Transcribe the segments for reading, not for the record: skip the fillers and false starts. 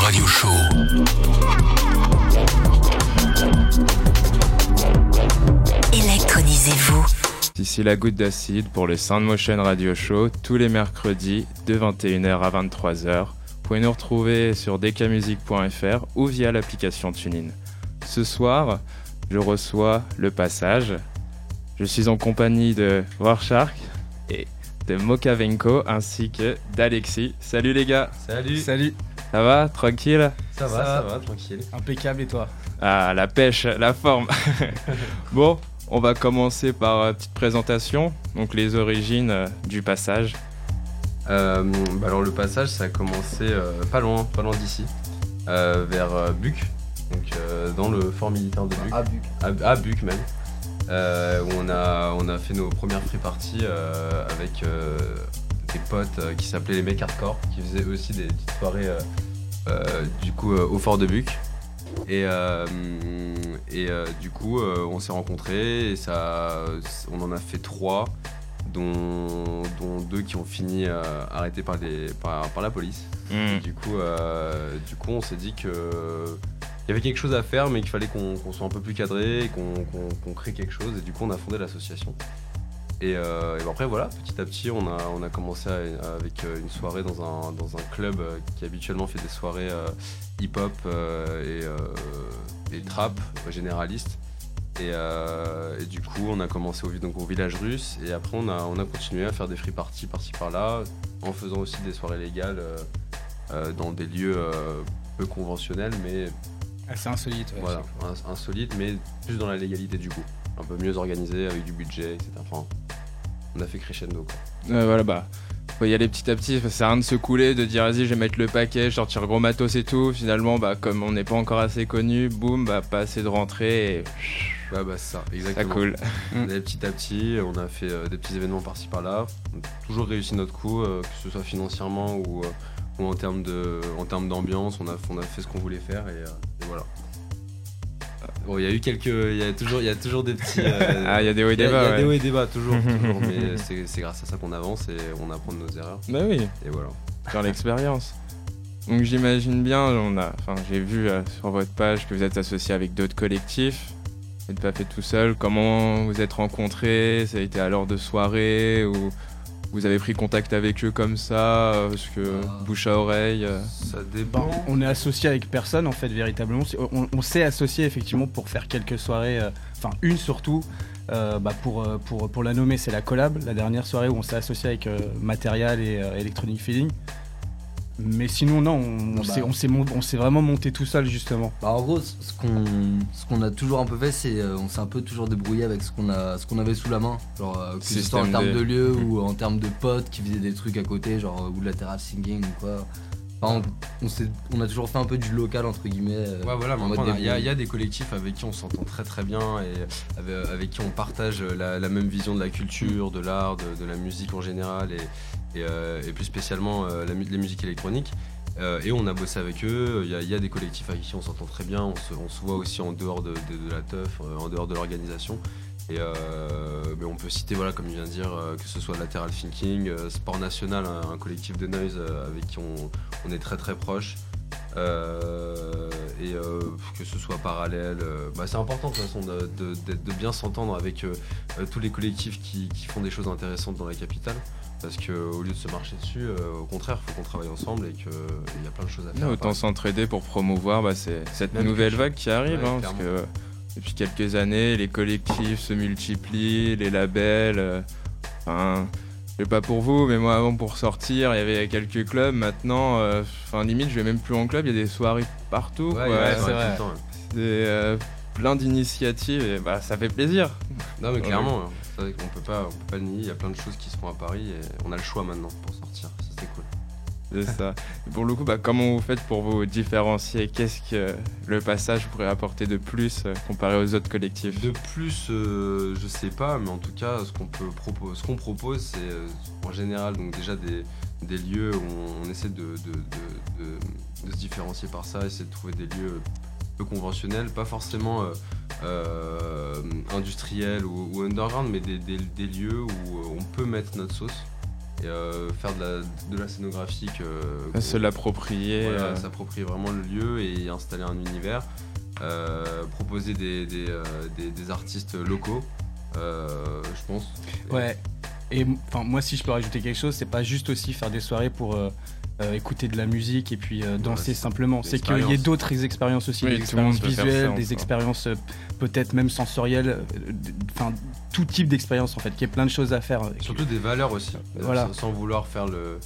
Radio Show. Électronisez-vous. Ici la goutte d'acide pour le Soundmotion Radio Show tous les mercredis de 21h à 23h. Vous pouvez nous retrouver sur dkmusic.fr ou via l'application TuneIn. Ce soir, je reçois Le Passage. Je suis en compagnie de Rorschach et de Mokavenko ainsi que d'Alexis. Salut les gars. Salut. Ça va? Tranquille? Ça va, tranquille. Impeccable, et toi? Ah, la pêche, la forme. Bon, on va commencer par une petite présentation. Donc les origines du Passage. Alors le passage, ça a commencé pas loin d'ici, vers Buc, donc dans le fort militaire de Buc. À Buc même. Où on a fait nos premières free parties avec des potes qui s'appelaient les mecs hardcore, qui faisaient aussi des petites soirées du coup au fort de Buc. Et du coup on s'est rencontrés et on en a fait 3, dont 2 qui ont fini arrêtés par la police. Et du coup on s'est dit que il y avait quelque chose à faire, mais qu'il fallait qu'on soit un peu plus cadré et qu'on crée quelque chose. Et du coup, on a fondé l'association. Et après, voilà, petit à petit, on a commencé avec une soirée dans un club qui habituellement fait des soirées hip-hop et trap généraliste. Et du coup, on a commencé au village russe. Et après, on a continué à faire des free parties par-ci par-là, en faisant aussi des soirées légales dans des lieux peu conventionnels, mais assez insolite. Ouais, voilà, insolite, mais plus dans la légalité du coup. Un peu mieux organisé, avec du budget, etc. Enfin, on a fait crescendo, quoi. Voilà, faut y aller petit à petit. Ça sert à rien de se couler, de dire vas-y, je vais mettre le paquet, sortir gros matos et tout. Finalement, comme on n'est pas encore assez connu, boum, pas assez de rentrée et... c'est ça, exactement. Ça coule. On est petit à petit, on a fait des petits événements par-ci par-là. On a toujours réussi notre coup, que ce soit financièrement ou en termes d'ambiance. On a fait ce qu'on voulait faire et voilà. Bon, il y a toujours des petits. Il y a des hauts et des bas. Il y a des hauts et des bas, toujours. Mais c'est grâce à ça qu'on avance et on apprend de nos erreurs. Bah oui. Et voilà. Faire l'expérience. Donc j'imagine bien, j'ai vu sur votre page que vous êtes associé avec d'autres collectifs. Vous n'êtes pas fait tout seul. Comment vous êtes rencontrés? Ça a été à l'heure de soirée ou vous avez pris contact avec eux comme ça, parce que bouche à oreille. Ça dépend. On est associé avec personne en fait, véritablement. On s'est associé effectivement pour faire quelques soirées, une surtout. Pour la nommer, c'est la collab, la dernière soirée où on s'est associé avec Material et Electronic Feeling. Mais sinon non, on s'est vraiment monté tout seul justement. En gros, ce qu'on a toujours un peu fait, c'est on s'est un peu toujours débrouillé avec ce qu'on avait sous la main, genre que ce soit en termes de lieu ou en termes de potes qui faisaient des trucs à côté, genre ou lateral singing ou quoi. Enfin, on a toujours fait un peu du local entre guillemets. Ouais, voilà, il y a des collectifs avec qui on s'entend très très bien et avec qui on partage la même vision de la culture, de l'art, de la musique en général et plus spécialement la musique électronique. Et on a bossé avec eux. Il y a des collectifs avec qui on s'entend très bien. On se voit aussi en dehors de la teuf, en dehors de l'organisation. Mais on peut citer, voilà, comme il vient de dire, que ce soit Lateral Thinking, Sport National, un collectif de noise avec qui on est très très proche. Que ce soit Parallèle, c'est important de toute façon de bien s'entendre avec tous les collectifs qui font des choses intéressantes dans la capitale. Parce qu'au lieu de se marcher dessus, au contraire, il faut qu'on travaille ensemble et qu'il y a plein de choses à faire. Autant s'entraider pour promouvoir cette nouvelle vague qui arrive. Ouais, parce que depuis quelques années, les collectifs se multiplient, les labels. Je sais pas pour vous, mais moi avant pour sortir, il y avait quelques clubs. Maintenant, limite, je vais même plus en club, il y a des soirées partout. Ouais, c'est vrai. C'est plein d'initiatives et ça fait plaisir. Non, mais clairement. C'est vrai qu'on peut pas le nier, il y a plein de choses qui se font à Paris et on a le choix maintenant pour sortir, ça c'est cool. C'est ça. Et pour le coup, comment vous faites pour vous différencier? Qu'est-ce que le Passage pourrait apporter de plus comparé aux autres collectifs? De plus, je sais pas, mais en tout cas, ce qu'on propose, c'est en général donc déjà des lieux où on essaie de se différencier par ça, essayer de trouver des lieux peu conventionnels, pas forcément industriels ou underground, mais des lieux où on peut mettre notre sauce. et faire de la scénographie. Se l'approprier. Voilà, s'approprier vraiment le lieu et installer un univers. Proposer des artistes locaux, je pense. Ouais. Et moi, si je peux rajouter quelque chose, c'est pas juste aussi faire des soirées pour écouter de la musique et puis danser simplement. C'est qu'il y ait d'autres expériences aussi, des expériences visuelles, des expériences peut-être même sensorielles, tout type d'expérience en fait, qu'il y ait plein de choses à faire. Surtout des valeurs aussi, voilà. sans vouloir faire le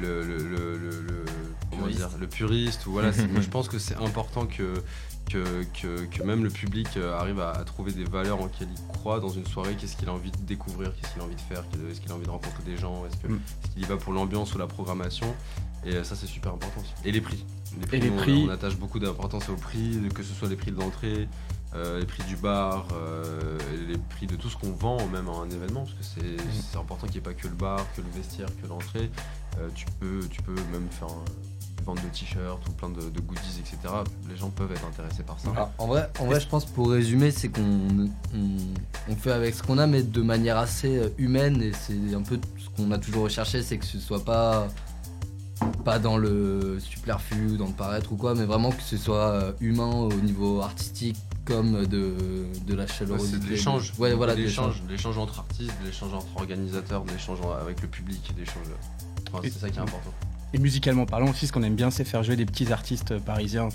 puriste. Ou voilà, moi, je pense que c'est important que même le public arrive à trouver des valeurs en lesquelles il croit dans une soirée. Qu'est-ce qu'il a envie de découvrir, qu'est-ce qu'il a envie de faire, est-ce qu'il a envie de rencontrer des gens, est-ce qu'il y va pour l'ambiance ou la programmation. Et ça, c'est super important aussi. Et les prix. On attache beaucoup d'importance aux prix, que ce soit les prix de l'entrée, les prix du bar, les prix de tout ce qu'on vend même à un événement, parce que c'est important qu'il n'y ait pas que le bar, que le vestiaire, que l'entrée. Tu peux même faire vendre de t-shirts ou plein de goodies, etc. Les gens peuvent être intéressés par ça. Alors, en vrai, je pense, pour résumer, c'est qu'on fait avec ce qu'on a, mais de manière assez humaine, et c'est un peu ce qu'on a toujours recherché, c'est que ce soit pas dans le superflu, dans le paraître ou quoi, mais vraiment que ce soit humain au niveau artistique comme de la chaleureuse. C'est de l'échange. Ouais, voilà, de l'échange entre artistes, de l'échange entre organisateurs, de l'échange avec le public, c'est ça qui est important. Et musicalement parlant aussi, ce qu'on aime bien, c'est faire jouer des petits artistes parisiens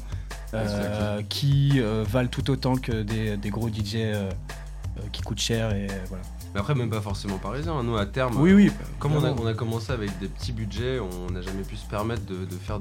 qui valent tout autant que des gros DJ qui coûtent cher et voilà. Mais après, même pas forcément parisien. Nous, à terme, comme on a commencé avec des petits budgets, on n'a jamais pu se permettre de faire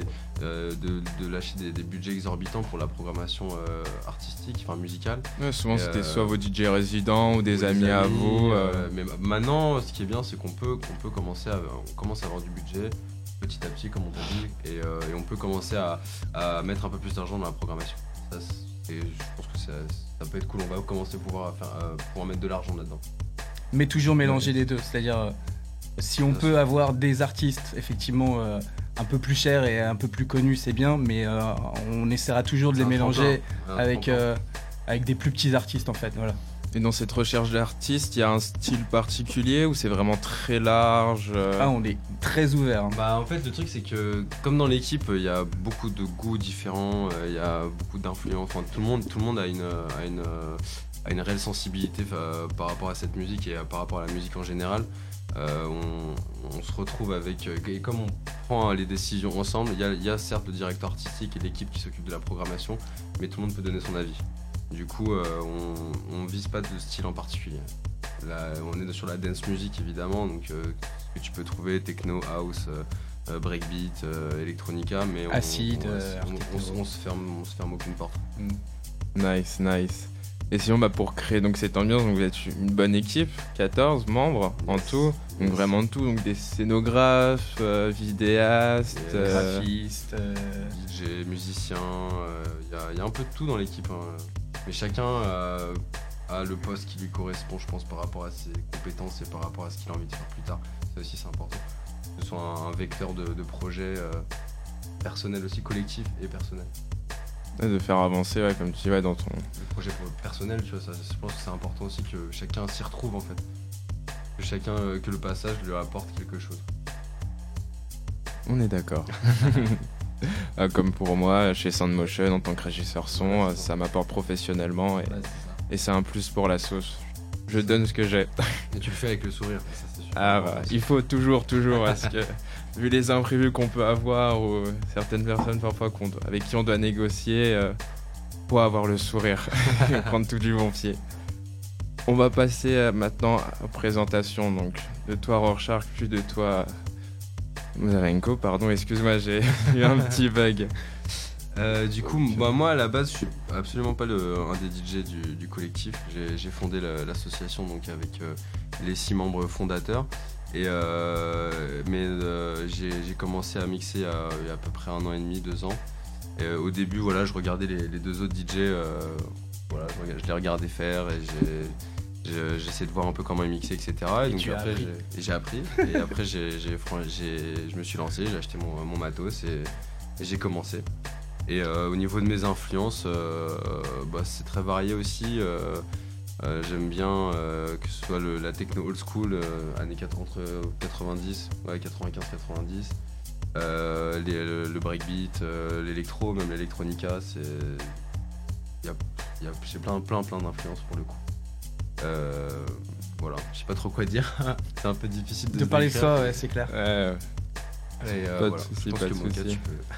de lâcher des budgets exorbitants pour la programmation artistique, musicale. Ouais, souvent, c'était soit vos DJ résidents ou des amis à vous. Mais maintenant, ce qui est bien, c'est qu'on peut commencer à avoir du budget petit à petit, comme on t'a dit, et on peut commencer à mettre un peu plus d'argent dans la programmation. Et je pense que ça peut être cool. On va commencer pouvoir mettre de l'argent là-dedans. Mais toujours mélanger les deux, c'est-à-dire si on peut avoir des artistes effectivement un peu plus chers et un peu plus connus, c'est bien, mais on essaiera toujours de les mélanger avec des plus petits artistes en fait. Voilà. Et dans cette recherche d'artistes, il y a un style particulier ou c'est vraiment très large on est très ouvert. En fait, le truc, c'est que comme dans l'équipe, il y a beaucoup de goûts différents, il y a beaucoup d'influences. Tout le monde a une réelle sensibilité par rapport à cette musique et par rapport à la musique en général. On se retrouve avec... Et comme on prend les décisions ensemble, il y a certes le directeur artistique et l'équipe qui s'occupe de la programmation, mais tout le monde peut donner son avis. Du coup, on vise pas de style en particulier. Là, on est sur la dance music évidemment, donc ce que tu peux trouver, techno, house, breakbeat, electronica, mais acide, on se ferme aucune porte. Nice. Et sinon, pour créer donc cette ambiance, donc vous êtes une bonne équipe, 14 membres en tout, donc vraiment tout, donc des scénographes, vidéastes, graphistes, DJ, musiciens, il y a un peu de tout dans l'équipe. Mais chacun a le poste qui lui correspond, je pense, par rapport à ses compétences et par rapport à ce qu'il a envie de faire plus tard. Ça aussi, c'est important. Que ce soit un vecteur de projet personnel aussi, collectif et personnel. De faire avancer, comme tu dis, dans ton... Le projet personnel, tu vois, je pense que c'est important aussi que chacun s'y retrouve, en fait. Que le passage lui apporte quelque chose. On est d'accord. Comme pour moi, chez Soundmotion, en tant que régisseur son, ça m'apporte professionnellement et c'est un plus pour la sauce. Je donne ce que j'ai. Et tu le fais avec le sourire. Ça, c'est super il faut toujours, parce que vu les imprévus qu'on peut avoir ou certaines personnes parfois avec qui on doit négocier, faut avoir le sourire et prendre tout du bon pied. On va passer maintenant aux présentations donc, de toi Rorschach, puis de toi... Mazarenko, pardon, excuse-moi, j'ai eu un petit bug. Du coup, moi à la base, je suis absolument pas un des DJ du collectif. J'ai fondé l'association donc avec les 6 membres fondateurs. Mais j'ai commencé à mixer il y a à peu près 1 an et demi, 2 ans. Et, au début, je regardais les 2 autres DJ. Je les regardais faire et j'essaie de voir un peu comment ils mixaient, etc. Et donc après, j'ai appris. Et après, je me suis lancé, j'ai acheté mon matos et j'ai commencé. Et au niveau de mes influences, c'est très varié aussi. J'aime bien que ce soit la techno old school, entre 90, 95-90. Le breakbeat, l'électro, même l'électronica, j'ai plein d'influences pour le coup. Voilà, je sais pas trop quoi dire. C'est un peu difficile de parler de soi, ouais, c'est clair. Pas de soucis, pas de soucis.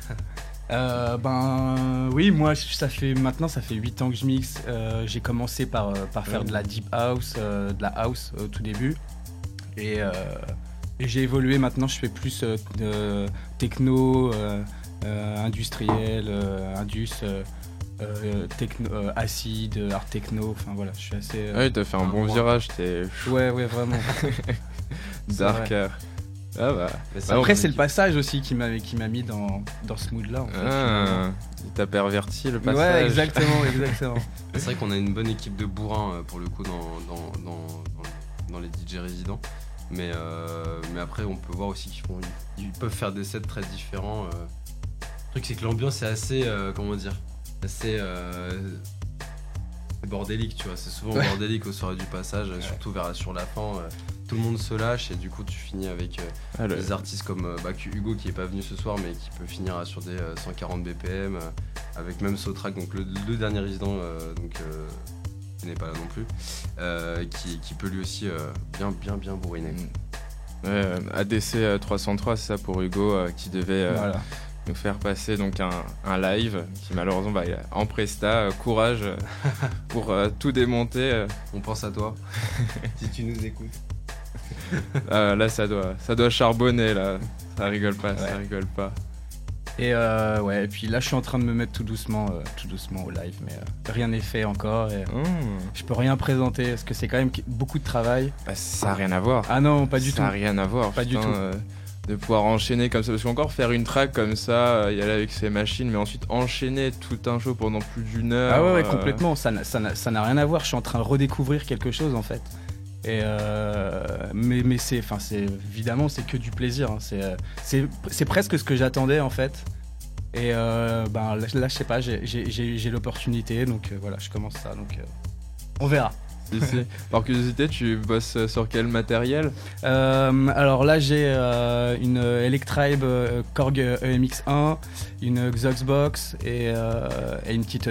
Oui, moi ça fait 8 ans que je mixe. J'ai commencé par faire de la deep house, de la house au tout début. Et j'ai évolué, maintenant je fais plus de techno, industriel, indus, techno, acide, art techno, enfin voilà, je suis assez... ouais, t'as fait un bon virage, t'es... Ouais, vraiment. Darker. Ah bah. Après c'est le passage aussi qui m'a mis dans ce mood là en fait. Il t'a perverti le passage. Ouais, exactement. C'est vrai qu'on a une bonne équipe de bourrins pour le coup dans les DJ résidents. Mais après on peut voir aussi qu'ils peuvent faire des sets très différents. Le truc c'est que l'ambiance est assez assez bordélique, tu vois, c'est souvent bordélique aux soirées du passage, surtout sur la fin, tout le monde se lâche et du coup tu finis avec des artistes comme Hugo qui est pas venu ce soir mais qui peut finir sur des 140 BPM, avec même Sotrak, donc le dernier résident, qui n'est pas là non plus, qui peut lui aussi bien bourriner. ADC 303, c'est ça pour Hugo, qui devait... nous faire passer donc un live qui malheureusement il est en presta. Courage pour tout démonter. On pense à toi si tu nous écoutes. Là ça doit charbonner là, ça rigole pas. Et et puis là je suis en train de me mettre tout doucement au live, mais rien n'est fait encore et je peux rien présenter parce que c'est quand même beaucoup de travail. Ça a rien à voir. Ah non, pas du tout. Ça a rien à voir. Pas du tout. De pouvoir enchaîner comme ça, parce qu'encore faire une track comme ça, y aller avec ses machines, mais ensuite enchaîner tout un show pendant plus d'une heure. Ah ouais, complètement, ça n'a rien à voir, je suis en train de redécouvrir quelque chose en fait. Et mais c'est évidemment c'est que du plaisir, hein. C'est presque ce que j'attendais en fait. Et là je sais pas, j'ai l'opportunité, donc voilà, je commence ça, donc on verra. Ici. Par curiosité, tu bosses sur quel matériel ? Alors là, j'ai une Electribe Korg EMX1, une Xoxbox et une petite...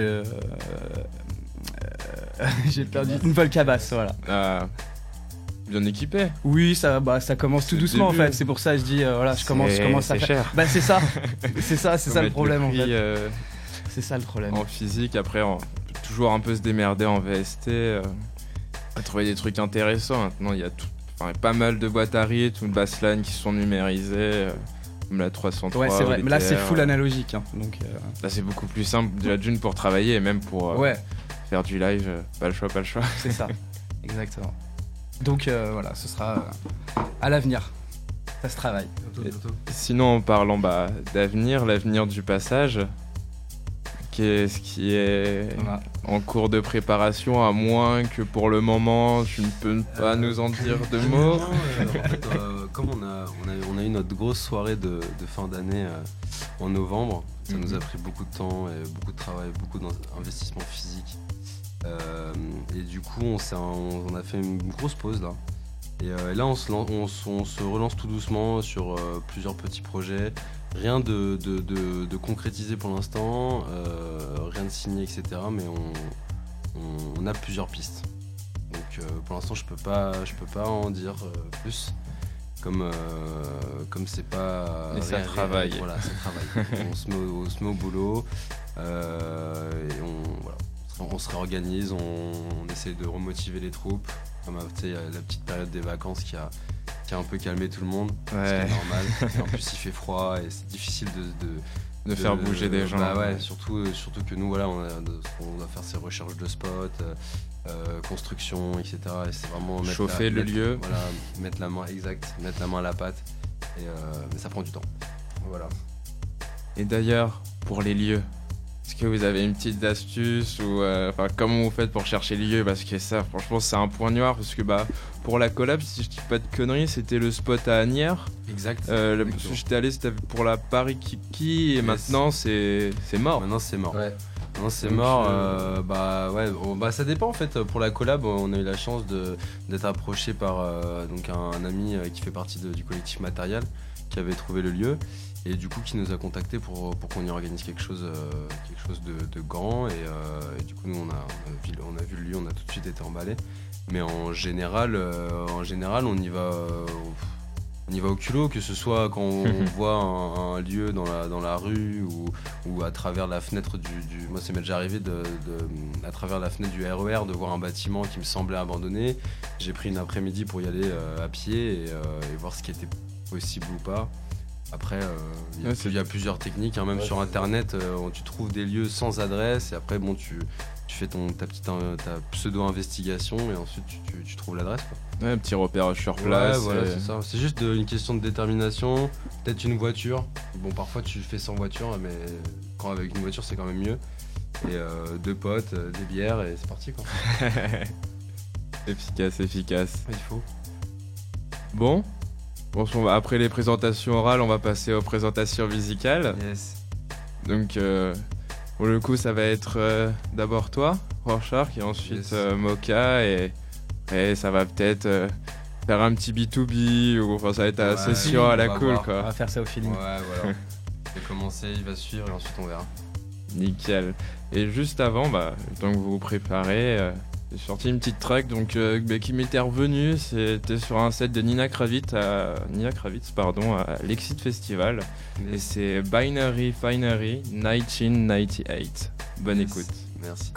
j'ai perdu une Volcabass, voilà. Bien équipé. Oui, ça commence tout doucement en fait. C'est pour ça que je dis je commence à faire. Cher. C'est ça. c'est ça le problème en fait. C'est ça le problème. En physique, après, on peut toujours un peu se démerder en VST. À trouver des trucs intéressants. Maintenant, il y a pas mal de boîtes à rythme ou de bassline qui sont numérisées, comme la 303. Ouais, c'est vrai, mais là c'est full analogique. Hein, donc, là c'est beaucoup plus simple, déjà d'une pour travailler et même pour faire du live, pas le choix. C'est ça, exactement. Donc voilà, ce sera à l'avenir. Ça se travaille. Bientôt. Sinon, en parlant d'avenir, l'avenir du passage, qu'est-ce qui est en cours de préparation, à moins que pour le moment tu ne peux pas nous en dire de mots. En fait, comme on a eu notre grosse soirée de fin d'année en novembre, ça nous a pris beaucoup de temps et beaucoup de travail, beaucoup d'investissement physique. Et du coup on a fait une grosse pause là. Et là on se relance tout doucement sur plusieurs petits projets. Rien de concrétisé pour l'instant, rien de signé, etc. Mais on a plusieurs pistes. Donc pour l'instant je peux pas en dire plus. Comme c'est pas... Mais ça travaille. Voilà, ça travaille. on se met au boulot et on se réorganise, on essaie de remotiver les troupes. Comme il y a la petite période des vacances qui a un peu calmé tout le monde, ce qui est normal. Et en plus il fait froid et c'est difficile de faire bouger des gens. Surtout que nous on doit faire ses recherches de spots, construction, etc. Et c'est vraiment chauffer le lieu. Voilà, mettre la main à la pâte. Mais ça prend du temps. Voilà. Et d'ailleurs, pour les lieux, est-ce que vous avez une petite astuce ou comment vous faites pour chercher les lieux? Parce que ça, franchement, c'est un point noir. Parce que pour la collab, si je dis pas de conneries, c'était le spot à Asnières. Exact. J'étais allé, c'était pour la Paris Kiki et maintenant c'est mort. Maintenant c'est mort. Ouais. Non, c'est mort. Ça dépend en fait. Pour la collab, on a eu la chance d'être approché par donc un ami qui fait partie du collectif Matériel, qui avait trouvé le lieu et du coup qui nous a contacté pour qu'on y organise quelque chose de grand et du coup nous on a vu le lieu, on a tout de suite été emballé. Mais en général, on y va. On y va au culot, que ce soit quand on voit un lieu dans la rue ou à travers la fenêtre moi ça m'est déjà arrivé à travers la fenêtre du RER de voir un bâtiment qui me semblait abandonné. J'ai pris une après-midi pour y aller à pied et voir ce qui était possible ou pas. Après, il y a plusieurs techniques, même sur internet, tu trouves des lieux sans adresse et après tu fais ta pseudo-investigation et ensuite tu trouves l'adresse, quoi. Ouais, un petit repérage sur place. Ouais, voilà, c'est ça. C'est juste une question de détermination, peut-être une voiture. Bon, parfois tu fais sans voiture, mais quand avec une voiture c'est quand même mieux. Et 2 potes, des bières et c'est parti, quoi. Efficace. Il faut. Bon, après les présentations orales, on va passer aux présentations musicales. Yes. Donc, pour le coup, ça va être d'abord toi, Rorschach, et ensuite Mocha, et ça va peut-être faire un petit B2B, ou enfin, ça va être la session à la cool, voir. quoi. On va faire ça au feeling. Ouais, voilà. Je vais commencer, il va suivre, et ensuite on verra. Nickel. Et juste avant, tant que vous vous préparez, j'ai sorti une petite track qui m'était revenue. C'était sur un set de Nina Kravitz à l'Exit Festival. Et c'est Binary Finery 1998. Bonne écoute. Merci.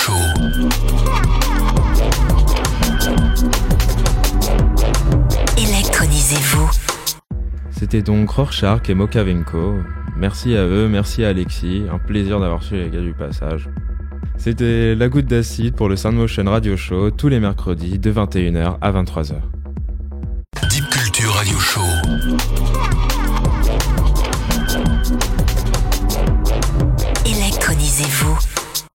Show. Électronisez-vous. C'était donc Rorschach et Mokavenko. Merci à eux, merci à Alexis. Un plaisir d'avoir su les gars du passage. C'était La Goutte d'Acide pour le Soundmotion Radio Show tous les mercredis de 21h à 23h. Deep Culture Radio Show.